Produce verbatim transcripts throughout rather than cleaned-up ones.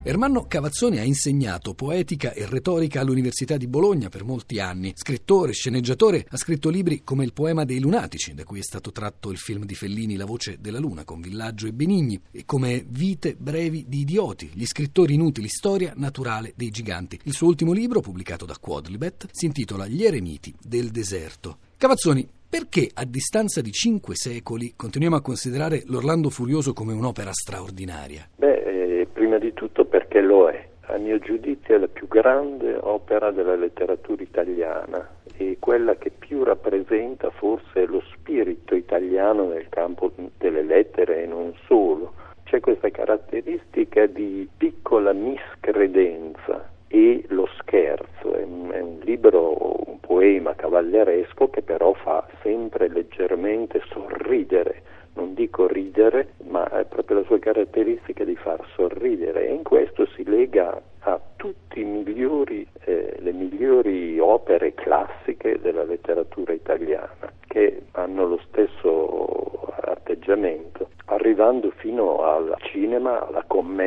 Ermanno Cavazzoni ha insegnato poetica e retorica all'Università di Bologna per molti anni. Scrittore, sceneggiatore, ha scritto libri come Il poema dei lunatici, da cui è stato tratto il film di Fellini La voce della luna, con Villaggio e Benigni, e come Vite brevi di idioti, gli scrittori inutili, storia naturale dei giganti. Il suo ultimo libro, pubblicato da Quadlibet, si intitola Gli eremiti del deserto. Cavazzoni, perché a distanza di cinque secoli continuiamo a considerare l'Orlando Furioso come un'opera straordinaria? Beh, eh, prima di tutto perché lo è. A mio giudizio è la più grande opera della letteratura italiana e quella che più rappresenta forse lo spirito italiano nel campo delle lettere e non solo. C'è questa caratteristica di piccola miscredenza e lo scherzo. È un, è un libro, un poema cavalleresco che però fa sempre leggermente sorridere. Non dico ridere, ma è proprio la sua caratteristica di far sorridere, e in questo si lega a tutti i migliori, eh, le migliori opere classiche della letteratura italiana, che hanno lo stesso atteggiamento, arrivando fino al cinema, alla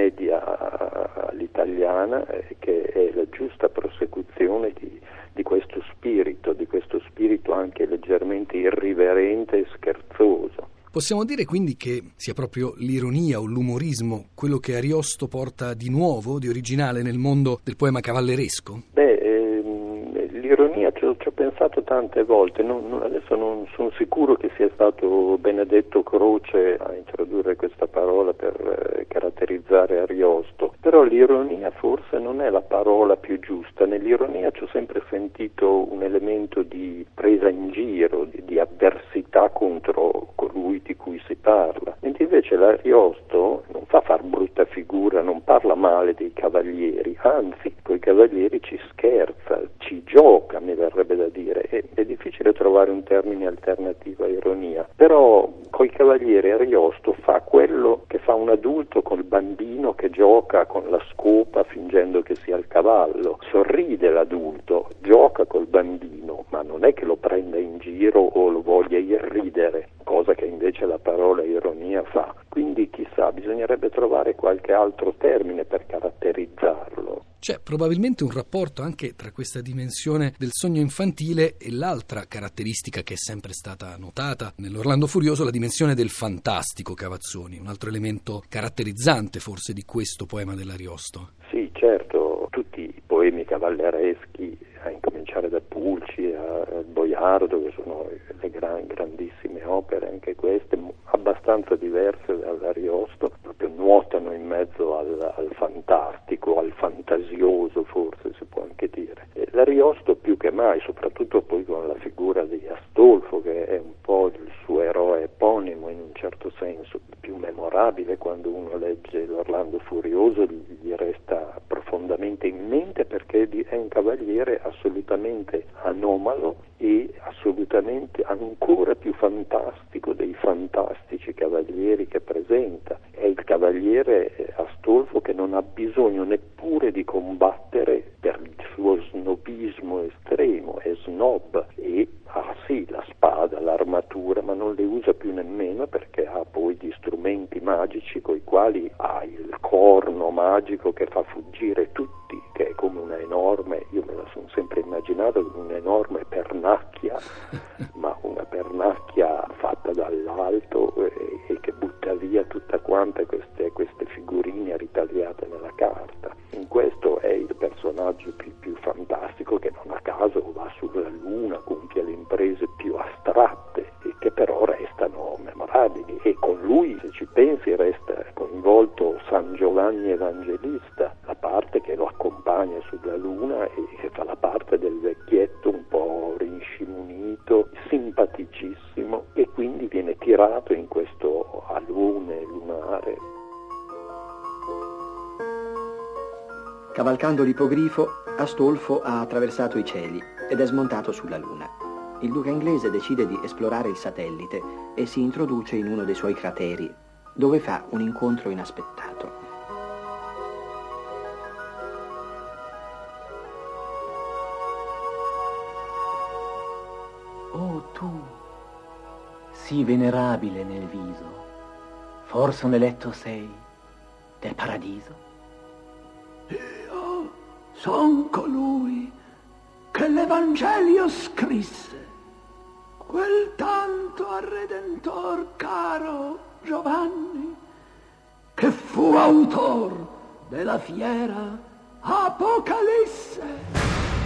commedia all'italiana, eh, che è la giusta prosecuzione di, di questo spirito, di questo spirito anche leggermente irriverente e scherzoso. Possiamo dire quindi che sia proprio l'ironia o l'umorismo quello che Ariosto porta di nuovo, di originale nel mondo del poema cavalleresco? Beh, ehm, l'ironia ci ho, ci ho pensato tante volte, non, non, adesso non sono sicuro che sia stato Benedetto Croce a introdurre questa parola per eh, caratterizzare Ariosto, però l'ironia forse non è la parola più giusta. Nell'ironia ci ho sempre sentito un elemento di presa in giro, di, di avversità contro colui di cui si parla, mentre invece l'Ariosto non fa far brutta figura, non parla male dei cavalieri, anzi coi cavalieri ci scherza, ci gioca, mi verrebbe da dire. È, è difficile trovare un termine alternativo a ironia, però coi cavalieri Ariosto fa quello che fa un adulto col bambino che gioca con la scopa fingendo che sia il cavallo. Sorride l'adulto, gioca col bambino, ma non è che lo prenda in giro o lo voglia irridere, cosa che invece la parola ironia fa. Quindi chissà, bisognerebbe trovare qualche altro termine per caratterizzarlo. C'è probabilmente un rapporto anche tra questa dimensione del sogno infantile e l'altra caratteristica che è sempre stata notata nell'Orlando Furioso, la dimensione del fantastico, Cavazzoni, un altro elemento caratterizzante forse di questo poema dell'Ariosto. Sì, certo, tutti i poemi cavallereschi, a incominciare da Pulci a Boiardo, che sono le gran, grandissime opere, anche queste, abbastanza diverse dall'Ariosto, proprio nuotano in mezzo al, al fantastico, al fantasioso, forse si può anche dire. E l'Ariosto più che mai, soprattutto poi con la figura di Astolfo, che è un po' il suo eroe eponimo in un certo senso, più memorabile. Quando uno legge l'Orlando Furioso gli resta profondamente in mente, perché è un cavaliere assolutamente anomalo e assolutamente ancora più fantastico dei fantastici cavalieri che presenta. È il cavaliere Astolfo che non ha bisogno neppure di combattere per il suo snobismo estremo, è snob e ha sì la spada, l'armatura, ma non le usa più nemmeno, perché ha poi gli strumenti magici coi quali ha il corno magico che fa fuggire tutti, che è come una enorme, io me la sono sempre immaginato come un'enorme pernacchia, ma una pernacchia fatta dall'alto e, e che butta via tutta quante queste, queste figurine ritagliate nella carta. In questo è il personaggio più, più fantastico, che non a caso va sulla luna, compie le imprese più astratte e che però restano memorabili, e con lui, se ci pensi, resta coinvolto San Giovanni Evangelista, la parte che lo accompagna sulla luna e che fa la parte del vecchietto un po' rinscimunito, simpaticissimo, e quindi viene tirato in questo alone lunare. Cavalcando l'ippogrifo, Astolfo ha attraversato i cieli ed è smontato sulla Luna. Il duca inglese decide di esplorare il satellite e si introduce in uno dei suoi crateri, dove fa un incontro inaspettato. Oh tu, sì venerabile nel viso, forse un eletto sei del paradiso? son colui che l'Evangelio scrisse, quel tanto al Redentor caro Giovanni, che fu autor della fiera Apocalisse.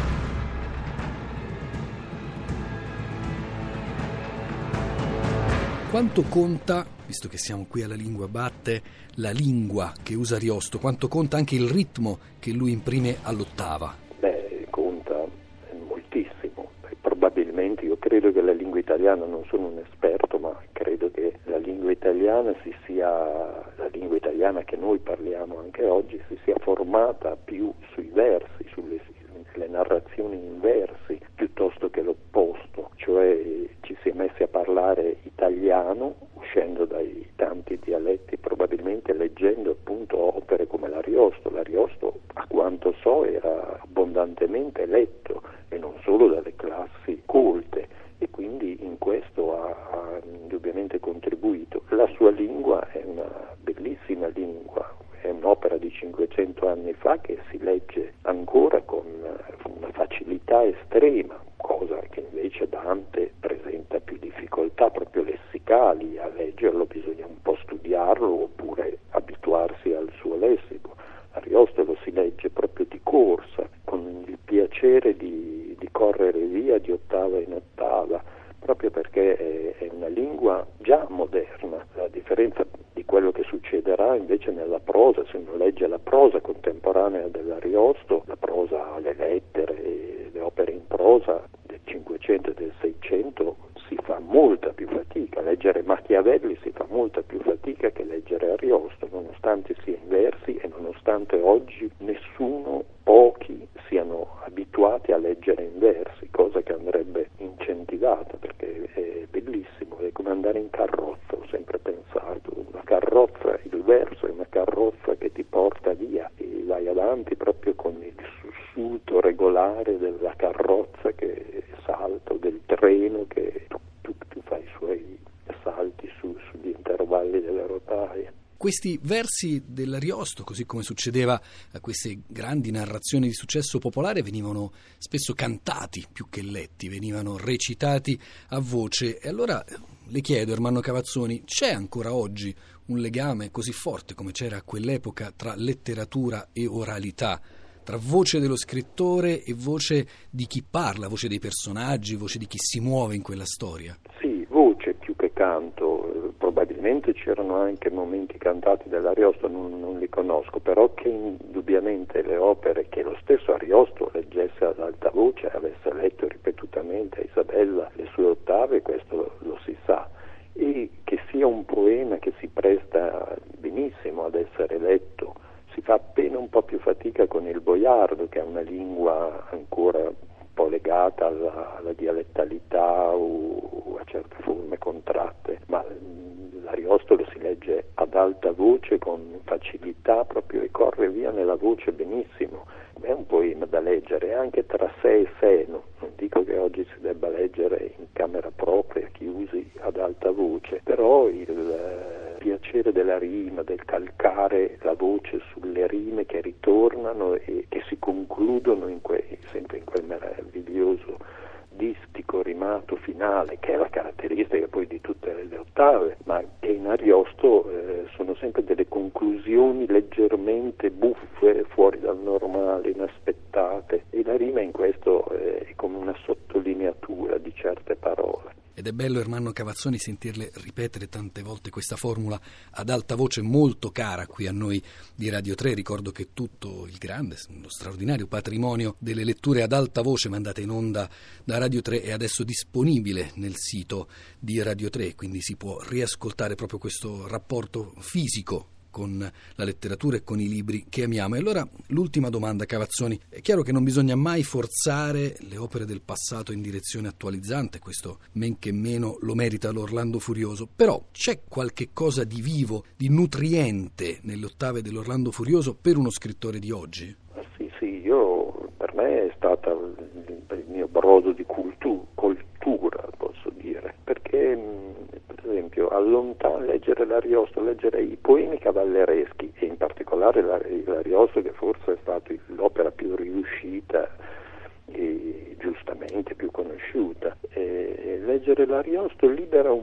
Quanto conta, visto che siamo qui alla Lingua Batte, la lingua che usa Ariosto? Quanto conta anche il ritmo che lui imprime all'ottava? Beh, conta moltissimo. Probabilmente, io credo che la lingua italiana, non sono un esperto, ma credo che la lingua italiana si sia, la lingua italiana che noi parliamo anche oggi, si sia formata più sui versi, sulle le narrazioni in versi, piuttosto che l'opposto, cioè ci si è messi a parlare italiano, uscendo dai tanti dialetti, probabilmente leggendo appunto opere come l'Ariosto. L'Ariosto, a quanto so, era abbondantemente letto, e non solo dalle classi colte, e quindi in questo ha, ha indubbiamente contribuito. La sua lingua è una bellissima lingua, è un'opera di cinquecento anni fa che si legge ancora con una facilità estrema, cosa che invece Dante presenta più difficoltà proprio lessicali. A leggerlo bisogna un po' studiarlo oppure abituarsi al suo lessico. Ariosto lo si legge proprio di corsa, con il piacere di, di correre via di ottava in ottava, proprio perché è, è una lingua già moderna. La differenza di quello che succederà invece nella prosa, se uno legge la prosa contemporanea dell'Ariosto, la prosa, le lettere, le opere in prosa del Cinquecento e del Seicento, si fa molta più fatica. Leggere Machiavelli si fa molta più fatica che leggere Ariosto, nonostante sia in versi e nonostante oggi nessuno, pochi, siano abituati a leggere in versi, cosa che andrebbe incentivata perché è bellissimo, è come andare in carrozza, ho sempre pensato. Una carrozza, il verso è una carrozza che ti porta via e vai avanti proprio con il sussulto regolare della carrozza che salta, o del treno che tu, tu, tu fai i suoi salti su, sugli intervalli delle rotaie. Questi versi dell'Ariosto, così come succedeva a queste grandi narrazioni di successo popolare, venivano spesso cantati più che letti, venivano recitati a voce. E allora le chiedo, Ermanno Cavazzoni, c'è ancora oggi un legame così forte come c'era a quell'epoca tra letteratura e oralità, tra voce dello scrittore e voce di chi parla, voce dei personaggi, voce di chi si muove in quella storia? Sì, voce più che canto. Probabilmente c'erano anche momenti cantati dell'Ariosto, non, non li conosco, però che indubbiamente le opere che lo stesso Ariosto leggesse ad alta voce, avesse letto ripetutamente a Isabella le sue ottave, questo lo, lo si sa, e che sia un poema che si presta benissimo ad essere letto. Si fa appena un po' più fatica con il boiardo, che è una lingua ancora un po' legata alla, alla dialettalità o a certe forme contratte, ma l'Ariosto lo si legge ad alta voce con facilità proprio e corre via nella voce benissimo. È un poema da leggere anche tra sé e sé, no? Non dico che oggi si debba leggere in camera propria, chiusi ad alta voce, però il eh, piacere della rima, del calcare la voce sulle rime che ritornano e che si concludono in que- sempre in quel meraviglioso distico rimato finale, che è la caratteristica poi di tutte le ottave, ma che in Ariosto eh, sono sempre delle conclusioni leggermente buffe, fuori dal normale, inaspettate, e la rima in questo eh, è come una sottolineatura di certe parole. Ed è bello, Ermanno Cavazzoni, sentirle ripetere tante volte questa formula ad alta voce, molto cara qui a noi di Radio tre. Ricordo che tutto il grande, lo straordinario patrimonio delle letture ad alta voce mandate in onda da Radio tre è adesso disponibile nel sito di Radio tre, quindi si può riascoltare proprio questo rapporto fisico con la letteratura e con i libri che amiamo. E allora l'ultima domanda, Cavazzoni: è chiaro che non bisogna mai forzare le opere del passato in direzione attualizzante, questo men che meno lo merita l'Orlando Furioso, però c'è qualche cosa di vivo, di nutriente nelle ottave dell'Orlando Furioso per uno scrittore di oggi? Sì, sì, io, per me è stata il, il mio brodo di cultu, cultura, posso dire, perché per esempio allontano leggere l'Ariosto, leggere i poemi cavallereschi e in particolare l'Ariosto, che forse è stata l'opera più riuscita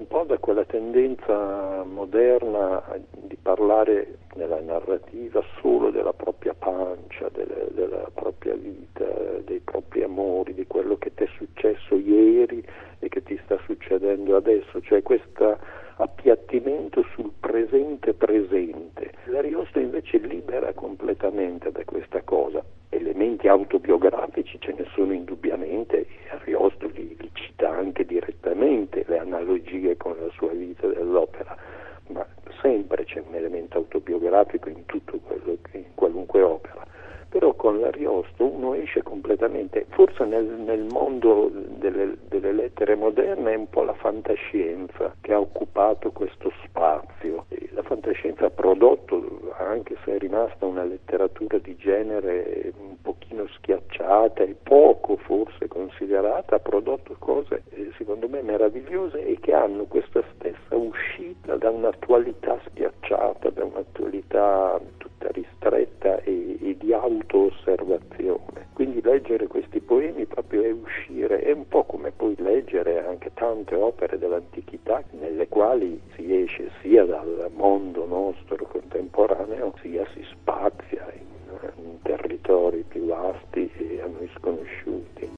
un po' da quella tendenza moderna di parlare nella narrativa solo della propria pancia, delle, della propria vita, dei propri amori, di quello che ti è successo ieri e che ti sta succedendo adesso, cioè questo appiattimento sul presente presente. L'Ariosto invece libera completamente da questa cosa. Elementi autobiografici ce ne sono indubbiamente, e Ariosto li, li cita anche direttamente, le analogie con la sua vita dell'opera, ma sempre c'è un elemento autobiografico in tutto quello che, in qualunque opera. Però con l'Ariosto uno esce completamente, forse nel, nel mondo delle, delle lettere moderne è un po' la fantascienza che ha occupato questo spazio. E la fantascienza ha prodotto, anche se è rimasta una letteratura di genere un pochino schiacciata e poco forse considerata, ha prodotto cose eh, secondo me meravigliose e che hanno questa stessa uscita da un'attualità schiacciata, da un'attualità tutta ristretta e, e di auto-osservazione. Quindi leggere questi poemi proprio è uscire, è un po' come poi leggere anche tante opere dell'antichità nelle quali si esce sia dal mondo nostro contemporaneo sia si spazia in, in territori